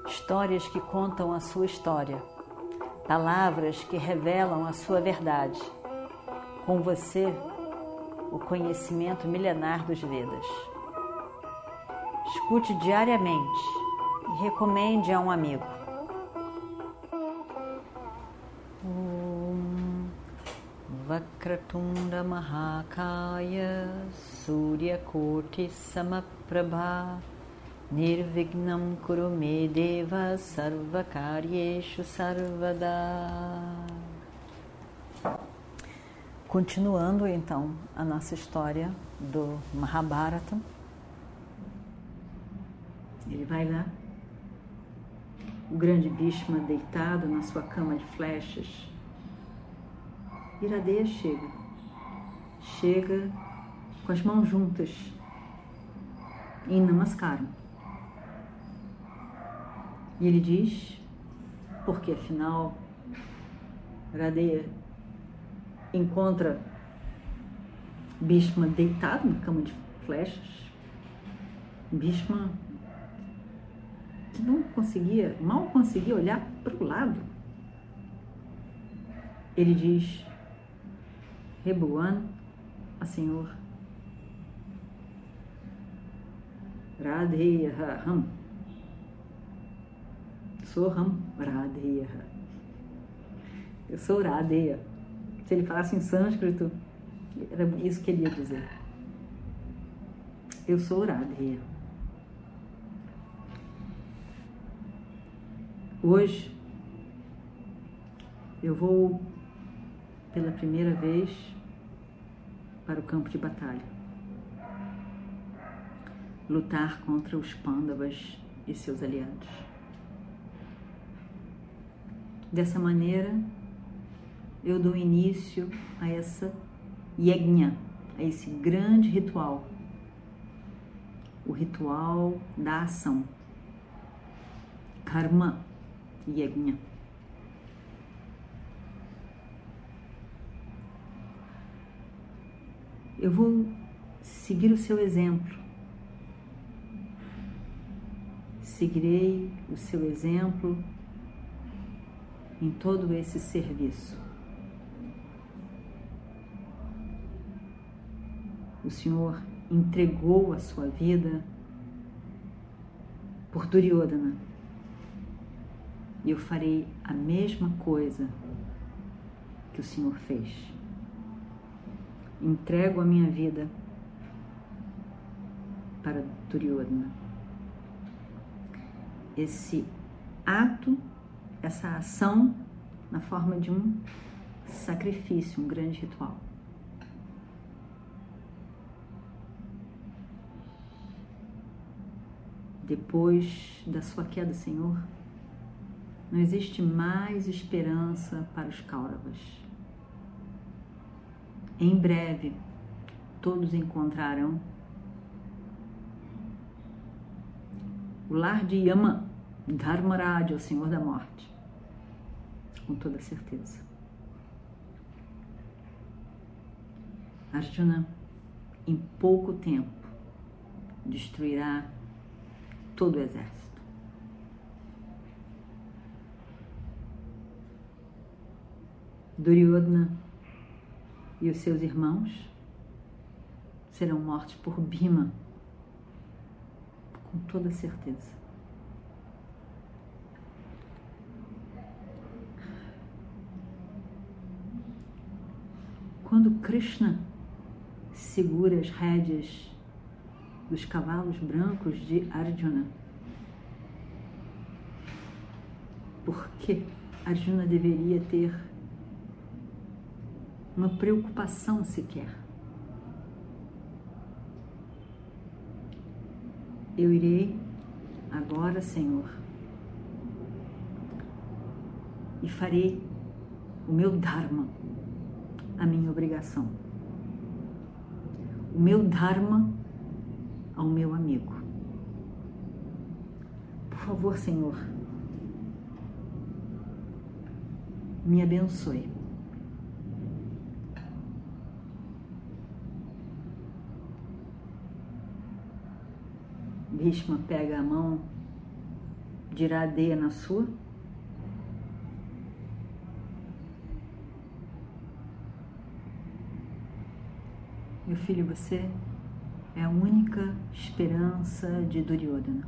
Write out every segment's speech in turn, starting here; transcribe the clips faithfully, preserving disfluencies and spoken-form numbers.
histórias que contam a sua história, palavras que revelam a sua verdade. Com você, o conhecimento milenar dos Vedas. Escute diariamente e recomende a um amigo. Om Vakratunda Mahakaya Suryakoti Samaprabha Nirvignam Kurume Deva Sarvakaryeshu Sarvada. Continuando então a nossa história do Mahabharata. Ele vai lá, o grande Bhishma deitado na sua cama de flechas. Iradeya chega, chega com as mãos juntas em Namaskaram. E ele diz, porque afinal Iradeya encontra Bhishma deitado na cama de flechas. Bhishma que não conseguia, mal conseguia olhar para o lado. Ele diz, Rebuan, a Senhor, Radheya Ham, Soham Radheya. Eu sou Radheya. Se ele falasse em sânscrito, era isso que ele ia dizer. Eu sou Radheya. Hoje, eu vou, pela primeira vez, para o campo de batalha. Lutar contra os Pandavas e seus aliados. Dessa maneira, eu dou início a essa yajna, a esse grande ritual. O ritual da ação. Karma yajna. Eu vou seguir o seu exemplo. Seguirei o seu exemplo em todo esse serviço. O Senhor entregou a sua vida por Duryodhana. E eu farei a mesma coisa que o Senhor fez. Entrego a minha vida para Duryodhana. Esse ato, essa ação, na forma de um sacrifício, um grande ritual. Depois da sua queda, Senhor, não existe mais esperança para os Kauravas. Em breve, todos encontrarão o lar de Yama, Dharmaraja, o Senhor da Morte, com toda certeza. Arjuna, em pouco tempo, destruirá todo o exército. Duryodhana e os seus irmãos serão mortos por Bhima, com toda certeza. Quando Krishna segura as rédeas dos cavalos brancos de Arjuna, por que Arjuna deveria ter uma preocupação sequer? Eu irei agora, Senhor, e farei o meu dharma, a minha obrigação. O meu dharma ao meu amigo. Por favor, Senhor, me abençoe. Bhishma pega a mão de Iradeya na sua. Meu filho, você é a única esperança de Duryodhana.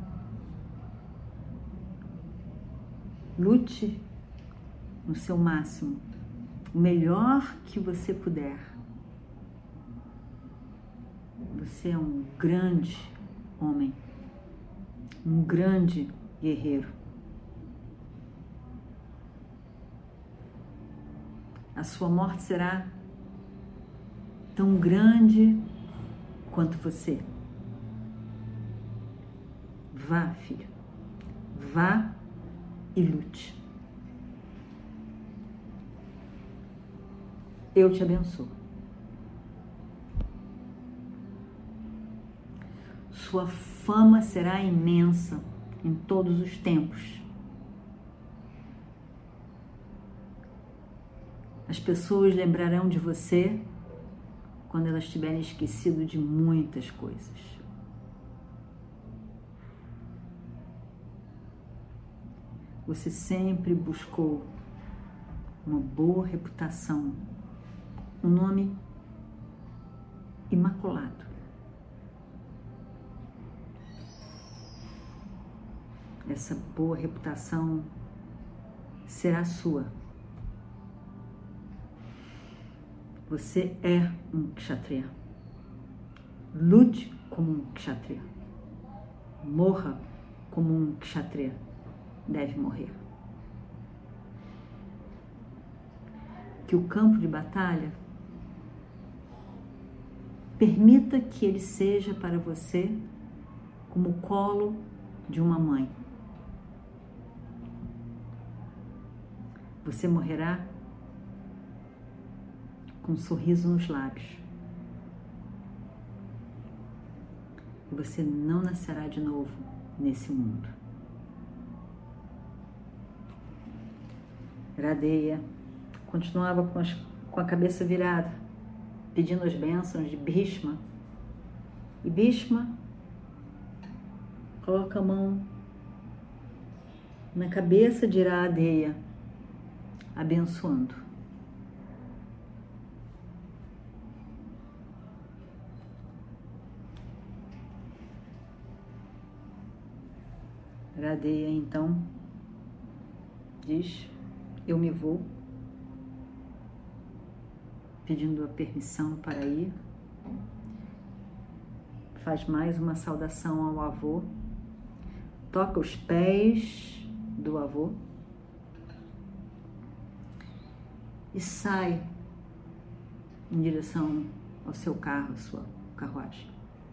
Lute no seu máximo, o melhor que você puder. Você é um grande homem, um grande guerreiro. A sua morte será tão grande quanto você. Vá, filho, vá e lute. Eu te abençoo. Sua fama será imensa em todos os tempos. As pessoas lembrarão de você quando elas tiverem esquecido de muitas coisas. Você sempre buscou uma boa reputação, um nome imaculado. Essa boa reputação será sua. Você é um kshatriya. Lute como um kshatriya. Morra como um kshatriya deve morrer. Que o campo de batalha permita que ele seja para você como o colo de uma mãe. Você morrerá com um sorriso nos lábios. E você não nascerá de novo nesse mundo. Iradeya continuava com, as, com a cabeça virada, pedindo as bênçãos de Bhishma. E Bhishma coloca a mão na cabeça de Iradeya, abençoando. Iradeya então diz: eu me vou, pedindo a permissão para ir. Faz mais uma saudação ao avô, toca os pés do avô e sai em direção ao seu carro, à sua carruagem.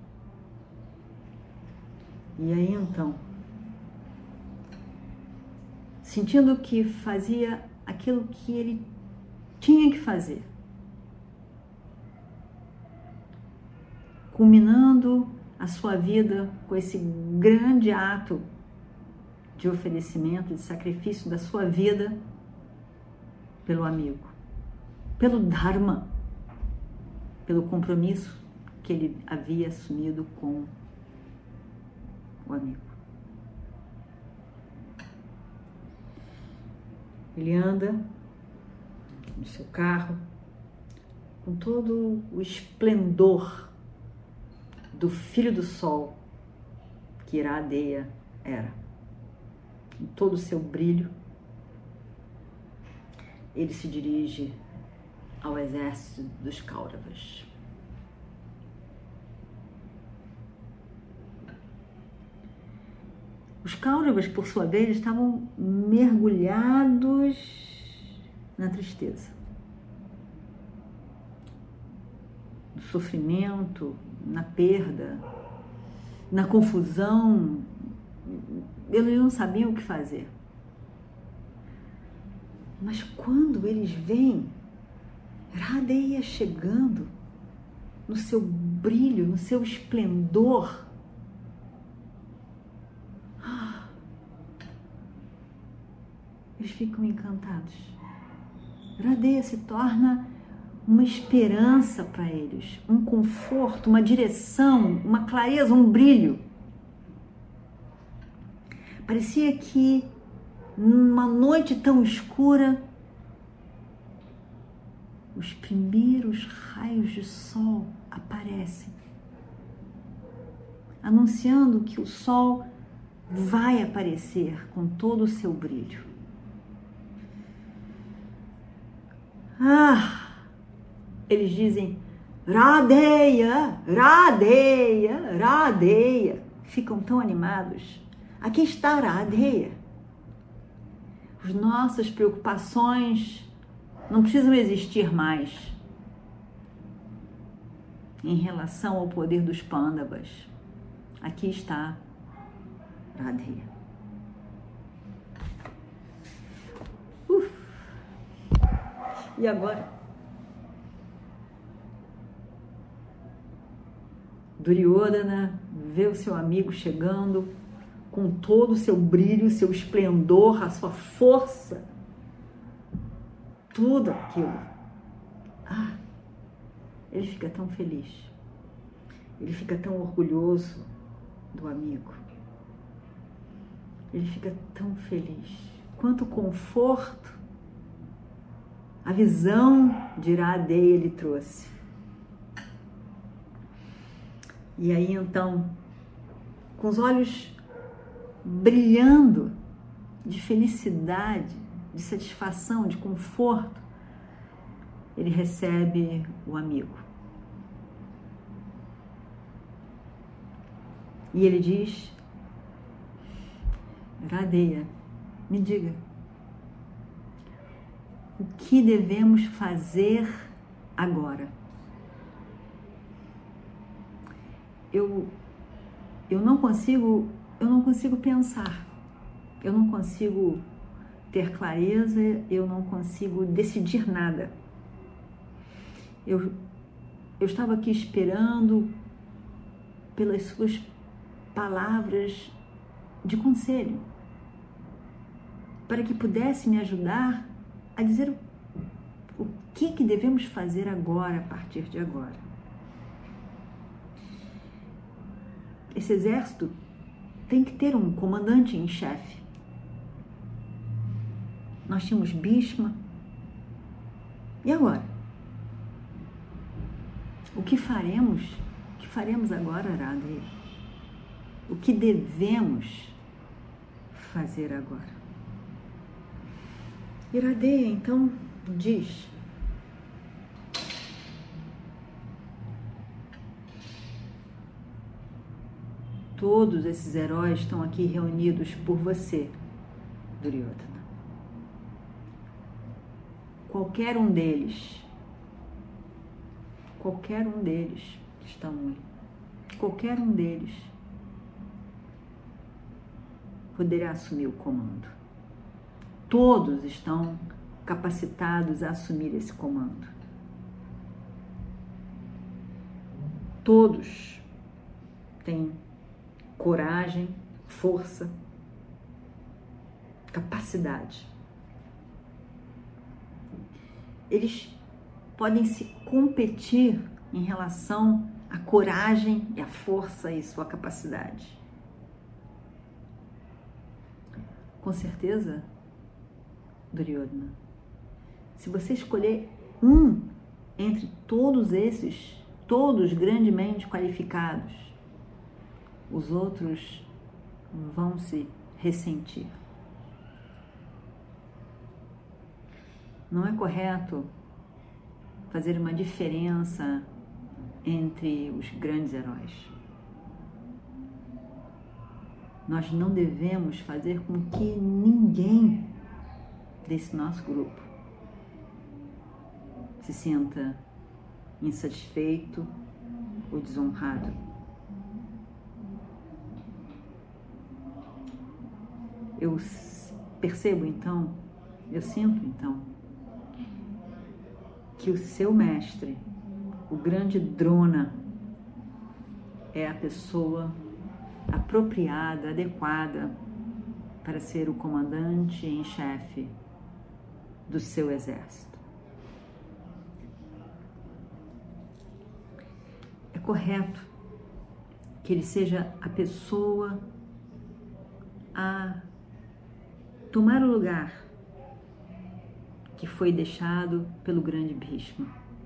E aí então, sentindo que fazia aquilo que ele tinha que fazer, culminando a sua vida com esse grande ato de oferecimento, de sacrifício da sua vida pelo amigo, pelo Dharma, pelo compromisso que ele havia assumido com o amigo. Ele anda no seu carro com todo o esplendor do filho do sol que Iradeya era. Com todo o seu brilho, ele se dirige ao exército dos Kauravas. Os Kauravas, por sua vez, estavam mergulhados na tristeza, no sofrimento, na perda, na confusão. Eles não sabiam o que fazer. Mas quando eles veem Iradeya chegando no seu brilho, no seu esplendor, eles ficam encantados. Iradeya se torna uma esperança para eles, um conforto, uma direção, uma clareza, um brilho, Parecia que numa noite tão escura, os primeiros raios de sol aparecem, anunciando que o sol vai aparecer com todo o seu brilho. Ah, eles dizem Radeya, Radeya, Radeya. Ficam tão animados. Aqui está Radeya. As nossas preocupações não precisam existir mais em relação ao poder dos Pandavas. Aqui está Radeya. Uf. E agora? Duryodhana vê o seu amigo chegando com todo o seu brilho, seu esplendor, a sua força, tudo aquilo. Ah, ele fica tão feliz, ele fica tão orgulhoso do amigo, ele fica tão feliz. Quanto conforto a visão de Radeya ele trouxe. E aí então, com os olhos brilhando de felicidade, de satisfação, de conforto, ele recebe o amigo. E ele diz: Radeya, me diga, o que devemos fazer agora? Eu, eu não consigo, eu não consigo pensar, eu não consigo ter clareza, eu não consigo decidir nada. Eu, eu estava aqui esperando pelas suas palavras de conselho, para que pudesse me ajudar a dizer o, o que, que devemos fazer agora, a partir de agora. Esse exército tem que ter um comandante em chefe. Nós tínhamos Bhishma. E agora? O que faremos? O que faremos agora, Radeya? O que devemos fazer agora? E Radeya, então, diz: todos esses heróis estão aqui reunidos por você, Duryodhana. Qualquer um deles, qualquer um deles que estão ali, qualquer um deles poderá assumir o comando. Todos estão capacitados a assumir esse comando. Todos têm coragem, força, capacidade. Eles podem se competir em relação à coragem e à força e sua capacidade. Com certeza, Duryodhana, se você escolher um entre todos esses, todos grandemente qualificados, os outros vão se ressentir. Não é correto fazer uma diferença entre os grandes heróis. Nós não devemos fazer com que ninguém desse nosso grupo se sinta insatisfeito ou desonrado. Eu percebo então, eu sinto então, que o seu mestre, o grande Drona, é a pessoa apropriada, adequada para ser o comandante em chefe do seu exército. É correto que ele seja a pessoa a tomar o lugar que foi deixado pelo grande Bhishma.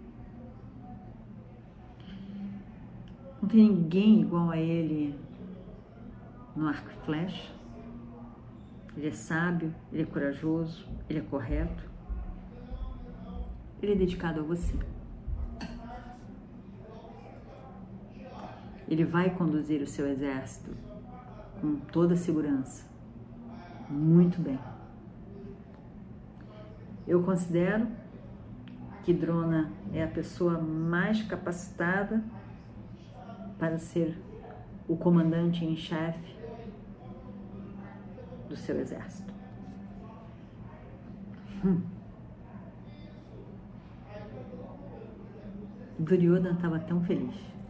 Não tem ninguém igual a ele no arco e flecha. Ele é sábio, ele é corajoso, ele é correto. Ele é dedicado a você. Ele vai conduzir o seu exército com toda a segurança. Muito bem. Eu considero que Drona é a pessoa mais capacitada para ser o comandante em chefe do seu exército. Hum. Duryodhana estava tão feliz,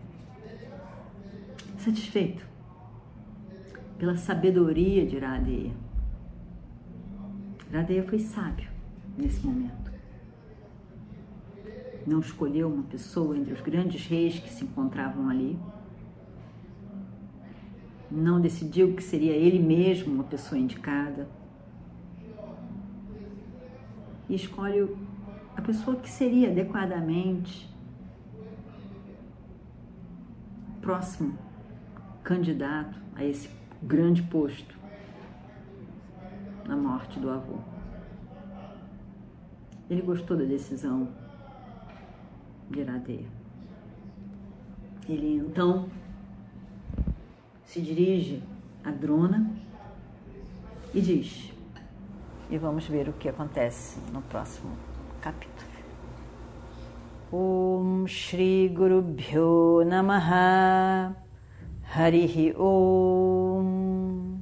satisfeito pela sabedoria de Iradeya. Iradeya foi sábio nesse momento. Não escolheu uma pessoa entre os grandes reis que se encontravam ali. Não decidiu que seria ele mesmo uma pessoa indicada. E escolhe a pessoa que seria adequadamente próximo candidato a esse grande posto na morte do avô. Ele gostou da decisão de Iradeya. Ele então se dirige a Drona e diz, e vamos ver o que acontece no próximo capítulo. Om Shri Guru Bhyo Namaha Harihi Om.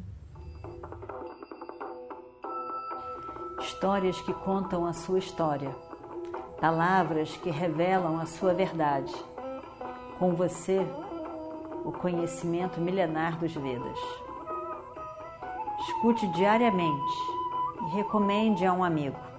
Histórias que contam a sua história, palavras que revelam a sua verdade. Com você, o conhecimento milenar dos Vedas. Escute diariamente e recomende a um amigo.